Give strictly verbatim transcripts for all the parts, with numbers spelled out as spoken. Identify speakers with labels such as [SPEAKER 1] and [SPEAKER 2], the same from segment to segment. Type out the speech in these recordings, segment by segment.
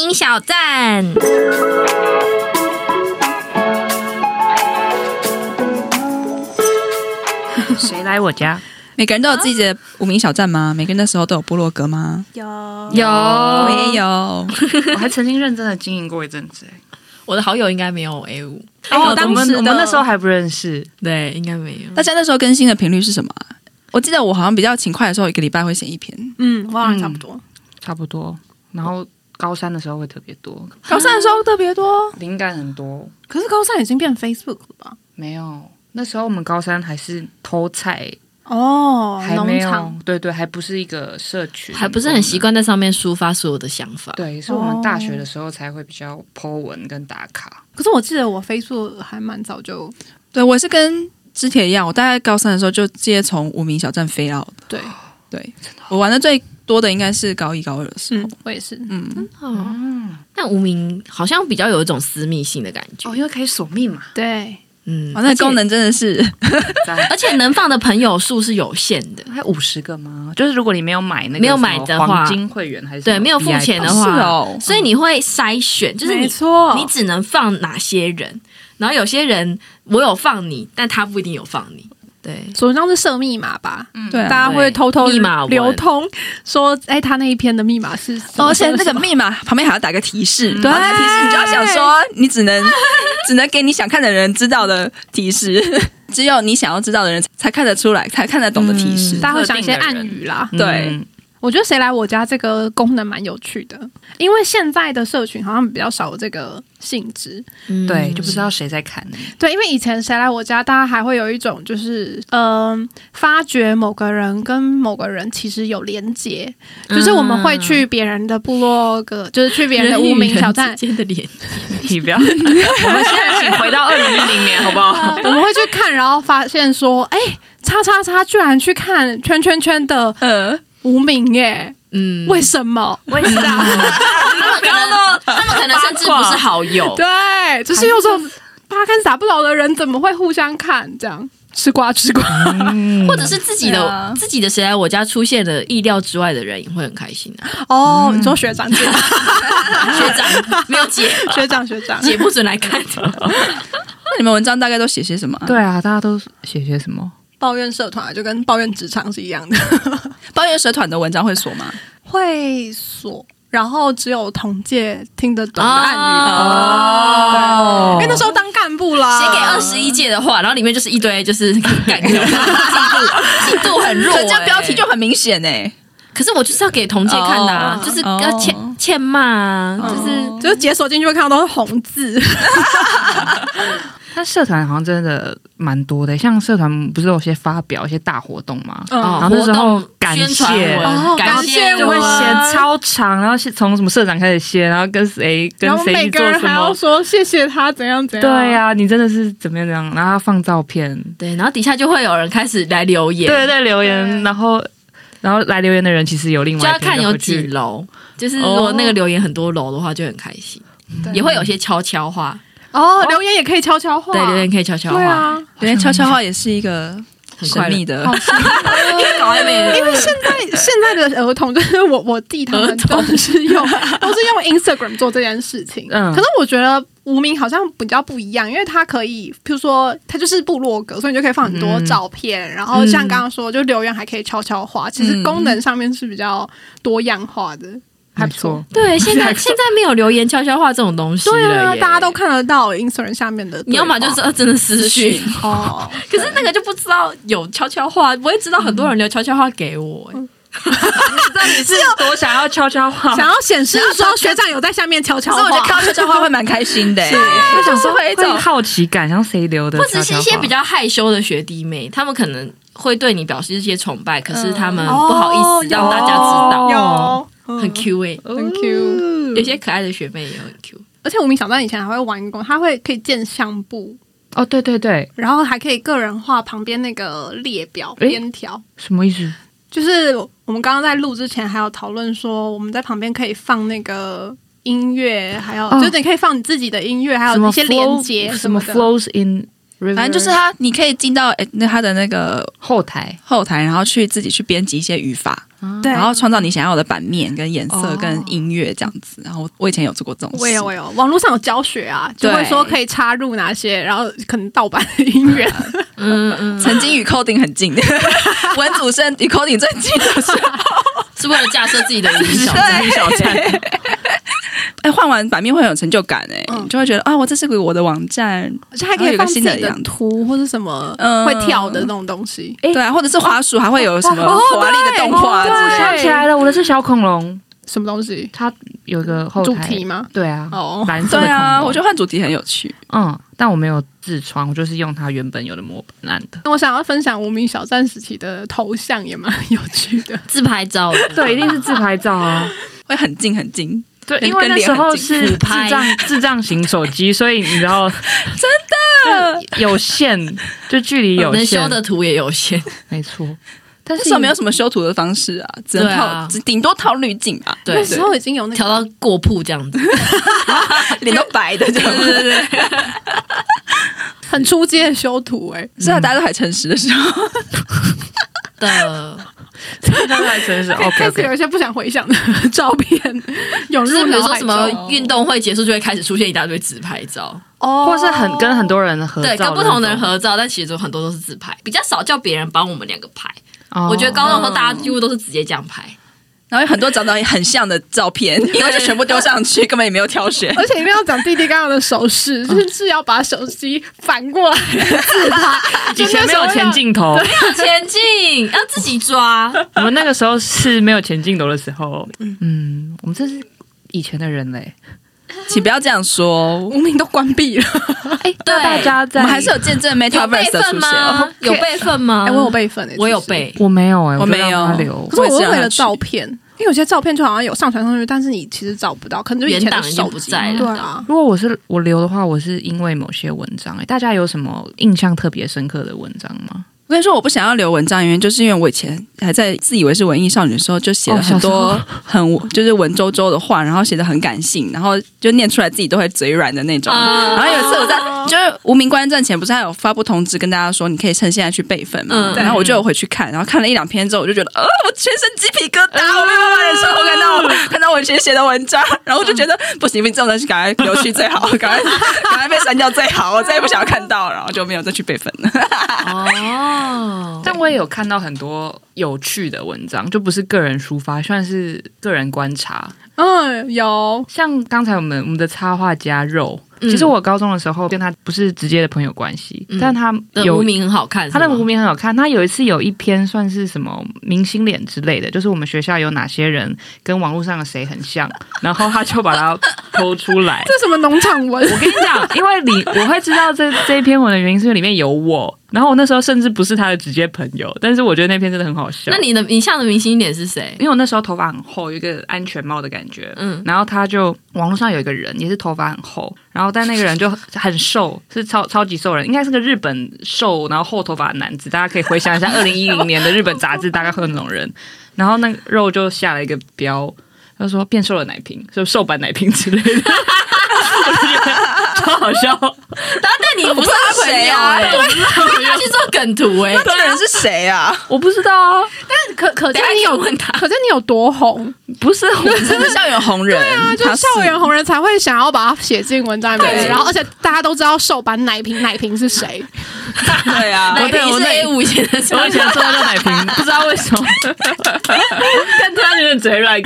[SPEAKER 1] 名小站。
[SPEAKER 2] 谁来我家？
[SPEAKER 3] 每个人都有自己的无名小站吗？每个人那时候都有部落格吗？
[SPEAKER 4] 有
[SPEAKER 1] 有，
[SPEAKER 3] 我也有。
[SPEAKER 2] 我还曾经认真的经营过一阵子。
[SPEAKER 1] 我的好友应该没有 A 五。
[SPEAKER 2] 哦，我们我们那时候还不认识，
[SPEAKER 1] 对，应该没有。
[SPEAKER 3] 大家那时候更新的频率是什么啊？我记得我好像比较勤快的时候，一个礼拜会写一篇。
[SPEAKER 4] 嗯，我好像差不多、
[SPEAKER 2] 嗯，差不多。然后高三的时候会特别多，
[SPEAKER 3] 高三的时候特别多，
[SPEAKER 2] 灵感很多。
[SPEAKER 4] 可是高三已经变 Facebook 了吧？
[SPEAKER 2] 没有，那时候我们高三还是偷菜
[SPEAKER 4] 哦，
[SPEAKER 2] 还没有，
[SPEAKER 4] 农场
[SPEAKER 2] 对对，还不是一个社群，
[SPEAKER 1] 还不是很习惯在上面抒发所有的想法。
[SPEAKER 2] 对，是我们大学的时候才会比较 po 文跟打卡。
[SPEAKER 4] 可是我记得我 Facebook 还蛮早就，
[SPEAKER 3] 对我是跟之前一样，我大概高三的时候就直接从无名小站飞到的。
[SPEAKER 4] 对
[SPEAKER 3] 对，我玩的最多的应该是高一高二的时候。
[SPEAKER 4] 嗯，我也是。
[SPEAKER 3] 嗯，
[SPEAKER 1] 嗯，但无名好像比较有一种私密性的感觉。
[SPEAKER 2] 哦，因为可以锁密码。
[SPEAKER 4] 对。
[SPEAKER 1] 嗯，
[SPEAKER 3] 哇，那个功能真的是，
[SPEAKER 1] 而且能放的朋友数是有限的，
[SPEAKER 2] 还五十个吗？就是如果你没有买那个
[SPEAKER 1] 没有买的话，
[SPEAKER 2] 黄金会员还是
[SPEAKER 1] 对没有付钱的话，
[SPEAKER 3] 哦，
[SPEAKER 1] 所以你会筛选，就是你
[SPEAKER 4] 没错，
[SPEAKER 1] 你只能放哪些人，然后有些人我有放你，但他不一定有放你。对，
[SPEAKER 4] 首先是设密码吧，嗯，
[SPEAKER 3] 对啊，
[SPEAKER 4] 大家会偷偷
[SPEAKER 1] 密码
[SPEAKER 4] 流通说，哎，他那一篇的密码是什么，
[SPEAKER 3] 而且那个密码旁边还要打个提示，
[SPEAKER 4] 对，
[SPEAKER 3] 那提示你就要想说，你只能只能给你想看的人知道的提示，只有你想要知道的人才看得出来，才看得懂的提示。
[SPEAKER 4] 嗯、大家会想一些暗语啦，
[SPEAKER 3] 对。
[SPEAKER 2] 嗯，
[SPEAKER 4] 我觉得谁来我家这个功能蛮有趣的，因为现在的社群好像比较少有这个性质，
[SPEAKER 1] 嗯、
[SPEAKER 2] 对，就不知道谁在看呢。
[SPEAKER 4] 对，因为以前谁来我家，大家还会有一种就是嗯、呃，发觉某个人跟某个人其实有连结，就是我们会去别人的部落格，就是去别人的无名小站
[SPEAKER 1] 之间的连结。
[SPEAKER 2] 你不要，我们现在请回到二零一零年好不好？
[SPEAKER 4] 我们会去看，然后发现说，哎，叉叉叉居然去看圈圈圈的呃无名耶。嗯，为什么？
[SPEAKER 1] 为什么？他们可能，他们可能甚至不是好友。
[SPEAKER 4] 对，就是有种八竿子打不着的人，怎么会互相看这样？吃瓜吃瓜，
[SPEAKER 1] 或者是自己的、啊、自己的谁来我家出现了意料之外的人，也会很开心啊。
[SPEAKER 4] 哦，嗯、你说学长姐，
[SPEAKER 1] 学长没有姐，
[SPEAKER 4] 学长学长，
[SPEAKER 1] 姐不准来看。
[SPEAKER 3] 那你们文章大概都写些什么、啊？
[SPEAKER 2] 对啊，大家都写些什么？
[SPEAKER 4] 抱怨社团就跟抱怨职场是一样的。
[SPEAKER 3] 抱怨社团的文章会锁吗？
[SPEAKER 4] 会锁，然后只有同届听得懂的暗语。
[SPEAKER 1] 哦，
[SPEAKER 4] 因为那时候当干部啦，
[SPEAKER 1] 写给二十一届的话，然后里面就是一堆就是感觉进度进度很弱、欸，
[SPEAKER 3] 这样标题就很明显哎、欸。
[SPEAKER 1] 可是我就是要给同届看的、啊， oh, 就是要欠、oh. 欠骂啊，
[SPEAKER 4] oh.
[SPEAKER 1] 就是
[SPEAKER 4] 就是解锁进去会看到都是红字。
[SPEAKER 2] 但社团好像真的蛮多的，像社团不是有些发表一些大活动嘛，
[SPEAKER 1] 嗯、
[SPEAKER 2] 然后那时候感谢，
[SPEAKER 4] 哦、
[SPEAKER 2] 感谢就会写超长，然后从什么社长开始写，然后跟谁跟谁做什么，
[SPEAKER 4] 每个人还要说谢谢他怎样怎样。
[SPEAKER 2] 对呀、啊，你真的是怎么样怎样，然后放照片，
[SPEAKER 1] 对，然后底下就会有人开始来留言，
[SPEAKER 2] 对对留言，然后然后来留言的人其实有另外一
[SPEAKER 1] 就要看有几楼，就是如果那个留言很多楼的话，就很开心，也会有些悄悄话。
[SPEAKER 4] 哦，留言也可以悄悄话，
[SPEAKER 1] 对，留言可以悄悄话，
[SPEAKER 4] 对啊，
[SPEAKER 3] 留言悄悄话也是一个很神秘的，
[SPEAKER 1] 搞暧昧。
[SPEAKER 4] 因为现在现在的儿童，就是我我弟他们都是用都是用 Instagram 做这件事情，嗯，可是我觉得无名好像比较不一样，因为它可以，譬如说它就是部落格，所以你就可以放很多照片，嗯、然后像刚刚说，就留言还可以悄悄话，其实功能上面是比较多样化的。还不错，
[SPEAKER 1] 对，现在现在没有留言悄悄话这种东西了，
[SPEAKER 4] 对啊，大家都看得到 Instagram 下面的，
[SPEAKER 1] 你要么就是真的私讯
[SPEAKER 4] 哦，
[SPEAKER 1] 可是那个就不知道有悄悄话，不会知道很多人留悄悄话给我、欸。嗯
[SPEAKER 2] 你知道你是多想要悄悄话，
[SPEAKER 4] 想要显示说学长有在下面悄悄话，
[SPEAKER 3] 可是我觉得看到悄悄话会蛮开心的、欸，
[SPEAKER 2] 我想说会一种好奇感，像谁留的悄悄话，
[SPEAKER 1] 或者是一些比较害羞的学弟妹，他们可能会对你表示一些崇拜，可是他们不好意思让大家知道，
[SPEAKER 4] 有。
[SPEAKER 1] 很 Q 哎、欸，
[SPEAKER 4] 很 Q，
[SPEAKER 1] 有些可爱的学妹也很 Q。
[SPEAKER 4] 而且无名小站以前还会玩一个，它会可以建相簿
[SPEAKER 2] 哦，对对对，
[SPEAKER 4] 然后还可以个人化旁边那个列表边条，
[SPEAKER 2] 什么意思？
[SPEAKER 4] 就是我们刚刚在录之前还有讨论说，我们在旁边可以放那个音乐，还有、哦、就是你可以放你自己的音乐，还有一些连接
[SPEAKER 2] 什么 flows in
[SPEAKER 3] 反正就是他，你可以进到诶那他的那个
[SPEAKER 2] 后台
[SPEAKER 3] 后台，然后去自己去编辑一些语法，
[SPEAKER 4] 对，
[SPEAKER 3] 然后创造你想要的版面跟颜色跟音乐这样子。然后我以前有做过这种事，
[SPEAKER 4] 我有我有，网络上有教学啊，就会说可以插入哪些，然后可能盗版的音乐。
[SPEAKER 3] 嗯嗯，曾经与 coding 很近，文组生与 coding 最近的时候，
[SPEAKER 1] 是为了架设自己的音小
[SPEAKER 3] 对
[SPEAKER 1] 小站。
[SPEAKER 3] 哎，换完版面会很有成就感哎、嗯，就会觉得啊，我这是个我的网站，
[SPEAKER 4] 而且还可以放自己的图或者什么会跳的那种东西。
[SPEAKER 3] 嗯、对啊，或者是滑鼠还会有什么华丽的动画之类的。
[SPEAKER 2] 我想起来了，我的是小恐龙。
[SPEAKER 4] 什么东西？
[SPEAKER 2] 它有个后台
[SPEAKER 4] 主题吗？
[SPEAKER 2] 对啊，
[SPEAKER 4] 哦，
[SPEAKER 2] 蓝色的
[SPEAKER 3] 对啊，我觉得换主题很有趣。
[SPEAKER 2] 嗯，但我没有自创，我就是用它原本有的模板烂的。
[SPEAKER 4] 我想要分享无名小站时期的头像也蛮有趣的，
[SPEAKER 1] 自拍照的。
[SPEAKER 2] 对，一定是自拍照啊，
[SPEAKER 3] 会很近很近。
[SPEAKER 2] 对，因为那时候是智障智障型手机，所以你知道，
[SPEAKER 3] 真的
[SPEAKER 2] 有限，就距离有限，
[SPEAKER 1] 能修的图也有限，
[SPEAKER 2] 没错。但是
[SPEAKER 3] 那时候没有什么修图的方式啊，只能套，
[SPEAKER 1] 啊、
[SPEAKER 3] 顶多套滤镜啊。
[SPEAKER 4] 对，那时候已经有那个
[SPEAKER 1] 调到过曝这样子，
[SPEAKER 3] 脸都白的这样子，对对对，
[SPEAKER 4] 很出街的修图哎、欸，
[SPEAKER 3] 是啊，大家都还诚实的时候
[SPEAKER 1] 的。
[SPEAKER 2] 大家真是 OK，
[SPEAKER 4] 开始有一些不想回想的照片涌入脑海中。
[SPEAKER 1] 比如说什么运动会结束就会开始出现一大堆自拍照，
[SPEAKER 2] 哦，或是很跟很多人合照，
[SPEAKER 1] 对，跟不同的人合照，但其实有很多都是自拍，比较少叫别人帮我们两个拍。哦、我觉得高中的时候大家几乎都是直接这样拍。
[SPEAKER 3] 然后有很多长得很像的照片，因为就全部丢上去，根本也没有挑选。
[SPEAKER 4] 而且一定要讲弟弟刚刚的手势，就是是要把手机反过来自拍，
[SPEAKER 2] 以前没有前镜头，
[SPEAKER 1] 没有前镜，要自己抓。
[SPEAKER 2] 我们那个时候是没有前镜头的时候，嗯，我们这是以前的人嘞。
[SPEAKER 3] 请不要这样说，
[SPEAKER 4] 无名都关闭了。
[SPEAKER 2] 哎，对，大家在，
[SPEAKER 3] 我们还是有见证 Metaverse 的出现。
[SPEAKER 1] 有备份吗？
[SPEAKER 4] 哎，我有备份诶，
[SPEAKER 1] 我有备，
[SPEAKER 2] 我没有哎，
[SPEAKER 3] 我没有
[SPEAKER 2] 留。
[SPEAKER 4] 可是我是为了照片，因为有些照片就好像有上传上去，但是你其实找不到，可能就以前的手
[SPEAKER 1] 不在了。
[SPEAKER 4] 对啊，
[SPEAKER 2] 如果我是我留的话，我是因为某些文章。哎，大家有什么印象特别深刻的文章吗？
[SPEAKER 3] 我跟你说，我不想要留文章，原因就是因为我以前还在自以为是文艺少女的时候，就写了很多很就是文绉绉的话，然后写得很感性，然后就念出来自己都会嘴软的那种。Uh, 然后有一次我在就是无名观战前，不是还有发布通知跟大家说，你可以趁现在去备份嘛？嗯、然后我就有回去看，然后看了一两篇之后，我就觉得，呃，我全身鸡皮疙瘩，我没有办法忍受我看到看到我以前写的文章，然后我就觉得不行，这种东西赶快留去最好，赶快赶快被删掉最好，我再也不想要看到，然后就没有再去备份了。
[SPEAKER 2] 哦，但我也有看到很多有趣的文章，就不是个人抒发，算是个人观察。
[SPEAKER 4] 嗯，有
[SPEAKER 2] 像刚才我们我们的插画家肉。其实我高中的时候跟他不是直接的朋友关系，嗯、但他有
[SPEAKER 1] 无名很好看，
[SPEAKER 2] 他的无名很好看。他有一次有一篇算是什么明星脸之类的，就是我们学校有哪些人跟网络上的谁很像，然后他就把它偷出来。
[SPEAKER 4] 这什么农场文？
[SPEAKER 2] 我跟你讲，因为你我会知道这这一篇文的原因，是因为里面有我。然后我那时候甚至不是他的直接朋友，但是我觉得那篇真的很好笑。
[SPEAKER 1] 那你的你像的明星脸是谁？
[SPEAKER 2] 因为我那时候头发很厚，有一个安全帽的感觉。嗯，然后他就网络上有一个人也是头发很厚，然后但那个人就很瘦，是超超级瘦人，应该是个日本瘦然后厚头发的男子。大家可以回想一下二零一零年的日本杂志，大概会有那种人。然后那个肉就下了一个标，他说变瘦的奶瓶，就瘦版奶瓶之类的。超好笑，
[SPEAKER 1] 但但你不是他朋友哎、欸，他去做梗图哎、欸，
[SPEAKER 3] 这人是谁啊？
[SPEAKER 2] 我不知道啊。
[SPEAKER 4] 但可可见你有
[SPEAKER 1] 问他，
[SPEAKER 4] 可见你有多红，
[SPEAKER 2] 不是红，
[SPEAKER 3] 真的校园红人。
[SPEAKER 4] 对啊，就是校园红人才会想要把它写进文章里面，然后而且大家都知道瘦版奶瓶奶瓶是谁。
[SPEAKER 3] 对啊，
[SPEAKER 1] 奶瓶是 A 五以前的时候，
[SPEAKER 2] 我以前做到叫奶瓶，不知道为什么，看他有点嘴软，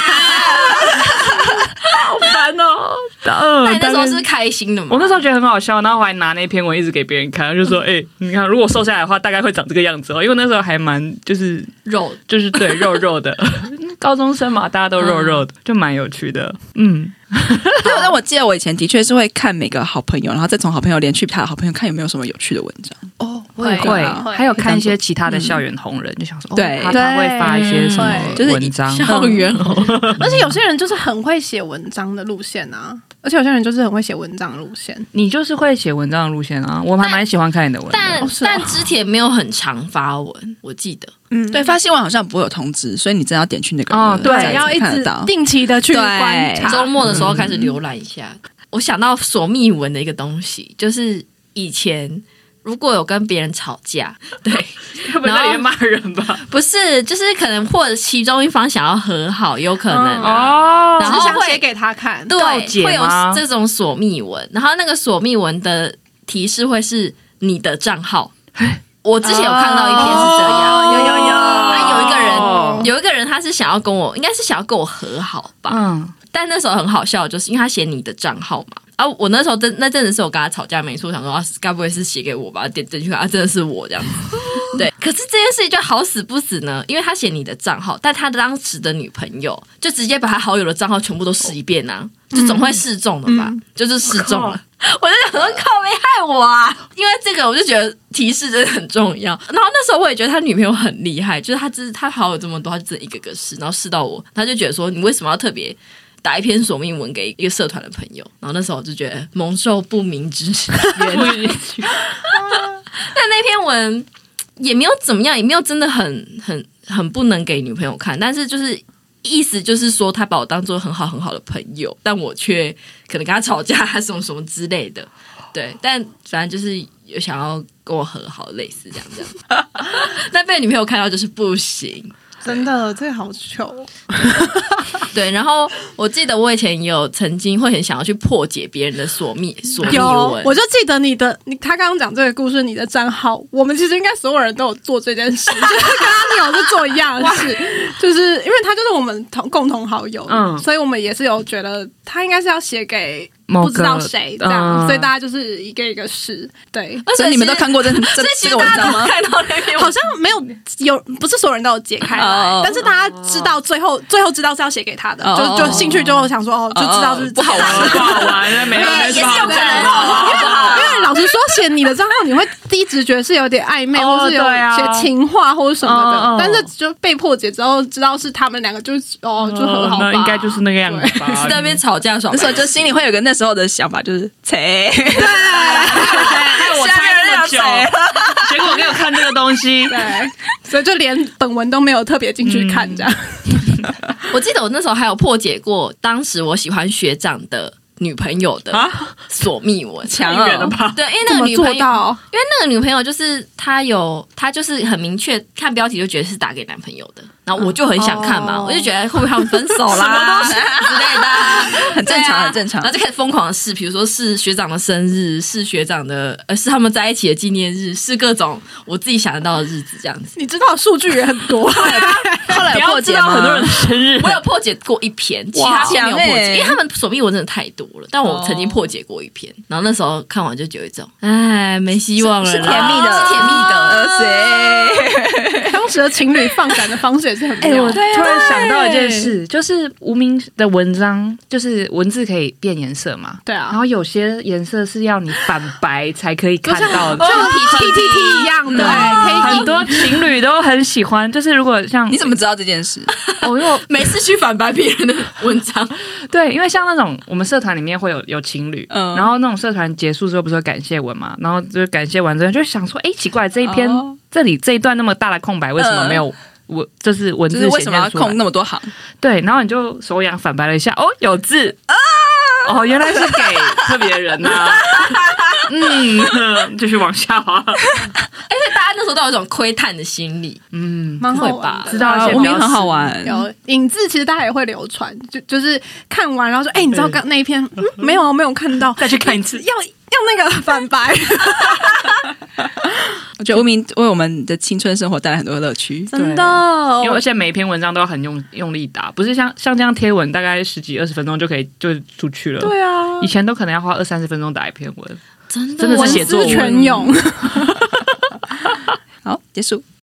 [SPEAKER 2] 好烦哦。
[SPEAKER 1] 那你那时候是开心的吗？
[SPEAKER 2] 我那时候觉得很好笑，然后我还拿那篇文一直给别人看，就说：“哎、欸，你看，如果瘦下来的话，大概会长这个样子哦。”因为那时候还蛮就是
[SPEAKER 1] 肉，
[SPEAKER 2] 就是对肉肉的，高中生嘛，大家都肉肉的，就蛮有趣的。嗯，
[SPEAKER 3] 对，但我记得我以前的确是会看每个好朋友，然后再从好朋友连去他的好朋友，看有没有什么有趣的文章。
[SPEAKER 2] 哦，会会，还有看一些其他的校园红人，就想说，对，他他会发一些什么文章，
[SPEAKER 1] 校园红，
[SPEAKER 4] 而且有些人就是很会写文章的路线啊。而且有些人就是很会写文章的路线，
[SPEAKER 2] 你就是会写文章的路线啊！我还蛮喜欢看你的文章，
[SPEAKER 1] 但、哦、但之前没有很常发文，我记得，
[SPEAKER 3] 嗯，对，发新闻好像不会有通知，所以你真的要点去那个
[SPEAKER 4] 哦，对，要一直定期的去观察，
[SPEAKER 1] 周末的时候开始浏览一下。嗯、我想到锁密文的一个东西，就是以前如果有跟别人吵架，对，
[SPEAKER 2] 会不会在里面骂人吧？
[SPEAKER 1] 不是，就是可能或者其中一方想要和好，有可能、啊、
[SPEAKER 2] 哦，
[SPEAKER 1] 然后会
[SPEAKER 4] 写给他看，
[SPEAKER 1] 对，会有这种锁密文，然后那个锁密文的提示会是你的账号。我之前有看到一篇是这样，
[SPEAKER 4] 哦、有有有，
[SPEAKER 1] 啊，有一个人，有一个人他是想要跟我，应该是想要跟我和好吧，嗯，但那时候很好笑，就是因为他写你的账号嘛。啊，我那时候真那阵子是我跟他吵架没错，想说啊，该不会是写给我吧？点进去啊，真的是我这样子。对，可是这件事情就好死不死呢，因为他写你的账号，但他当时的女朋友就直接把他好友的账号全部都试一遍啊，就总会试中的吧，嗯、就是试中了。我就想说靠，没害我啊！因为这个，我就觉得提示真的很重要。然后那时候我也觉得他女朋友很厉害，就是他只他好友这么多，他就真的一个个试，然后试到我，他就觉得说你为什么要特别打一篇锁密文给一个社团的朋友，然后那时候我就觉得蒙受不明之冤。但那篇文也没有怎么样，也没有真的很很很不能给女朋友看，但是就是意思就是说他把我当做很好很好的朋友，但我却可能跟他吵架还是什么什么之类的，对，但反正就是有想要跟我和好，类似这样这样，但被女朋友看到就是不行。
[SPEAKER 4] 真的，这好糗。
[SPEAKER 1] 对，然后我记得我以前也有曾经会很想要去破解别人的锁密锁密文，
[SPEAKER 4] 我就记得你的，你他刚刚讲这个故事，你的账号，我们其实应该所有人都有做这件事，就是跟他女友是做一样的事，就是因为他就是我们同共同好友，嗯，所以我们也是有觉得他应该是要写给不知道谁这样，嗯、所以大家就是一个一个试，对，
[SPEAKER 3] 所以你们都看过这这这个文章吗？
[SPEAKER 1] 看到那篇
[SPEAKER 4] 好像没有有，不是所有人都有解开来，哦、但是大家知道最后最后知道是要写给他的，哦、就就兴趣就想说哦，就知道是
[SPEAKER 1] 不好玩，不好玩，没有也是有可能
[SPEAKER 4] 好，因为老实说，写你的账号，你会第一直觉是有点暧昧，哦、或是有写情话或者什么的，哦、但是就被破解之后，知道是他们两个就哦就很好吧，
[SPEAKER 2] 那应该就是那个样子吧，
[SPEAKER 1] 是在那边吵架爽，
[SPEAKER 3] 那时候就心里会有个那时候的想法，就是切，对，
[SPEAKER 2] 我猜那么久，结果我没有看这个东西，
[SPEAKER 4] 对，所以就连本文都没有特别进去看这样。
[SPEAKER 1] 我记得我那时候还有破解过，当时我喜欢学长的女朋友的锁密文，
[SPEAKER 2] 强远了吧？
[SPEAKER 1] 对，因为那个女朋友，因为那个女朋友就是她有，她就是很明确看标题就觉得是打给男朋友的，然后我就很想看嘛，哦、我就觉得会不会他们分手啦之类的，
[SPEAKER 3] 很正常，很正常。
[SPEAKER 1] 然后就开始疯狂的试，比如说是学长的生日，是学长的，呃，是他们在一起的纪念日，是各种我自己想得到的日子这样子。
[SPEAKER 4] 你知道数据也很多，后
[SPEAKER 1] 来有破解吗？很多人生日，我有破解过一篇，其他篇没有破解，因为他们锁密文真的太多了。但我曾经破解过一篇，然后那时候看完就有一种，哎，没希望了，
[SPEAKER 3] 是甜蜜的，
[SPEAKER 1] 是甜蜜的，
[SPEAKER 4] 谁？当时的情侣放闪的方式也是很妙。
[SPEAKER 2] 哎，我突然想到一件事，就是无名的文章，就是文字可以变颜色嘛，
[SPEAKER 4] 对啊，
[SPEAKER 2] 然后有些颜色是要你反白才可以看到的，
[SPEAKER 4] 就跟 P P T 一样的，
[SPEAKER 2] 对，很多情侣都很喜欢。就是如果像
[SPEAKER 3] 你怎么知道这件事？
[SPEAKER 1] 我又每次去反白别人的文章，
[SPEAKER 2] 对，因为像那种我们社团里面会有有情侣，嗯，然后那种社团结束之后不是有感谢文嘛，然后就是感谢完之后就想说，哎，奇怪，这一篇、哦、这里这一段那么大的空白，为什么没有？我就是文字显现出来，
[SPEAKER 3] 就是为什么要空那么多行？
[SPEAKER 2] 对，然后你就手痒反白了一下，哦，有字啊！哦，原来是给特别人啊！嗯，继续往下滑。而
[SPEAKER 1] 且大家那时候都有一种窥探的心理，
[SPEAKER 4] 嗯，蛮好玩的，
[SPEAKER 2] 知道一些
[SPEAKER 3] 无名很好玩。
[SPEAKER 4] 有影字，其实大家也会流传，就就是看完然后说，哎、欸，你知道刚那一篇、嗯、没有没有看到，
[SPEAKER 2] 再去看一次，
[SPEAKER 4] 要要那个反白。
[SPEAKER 3] 我觉得无名为我们的青春生活带来很多乐趣，
[SPEAKER 4] 真的。
[SPEAKER 2] 因为而且每一篇文章都要很用用力打，不是像像这样贴文，大概十几二十分钟就可以就出去了。
[SPEAKER 4] 对啊，
[SPEAKER 2] 以前都可能要花二三十分钟打一篇文，
[SPEAKER 1] 真的
[SPEAKER 2] 真的是写作文
[SPEAKER 4] 全用。
[SPEAKER 3] 好，结束。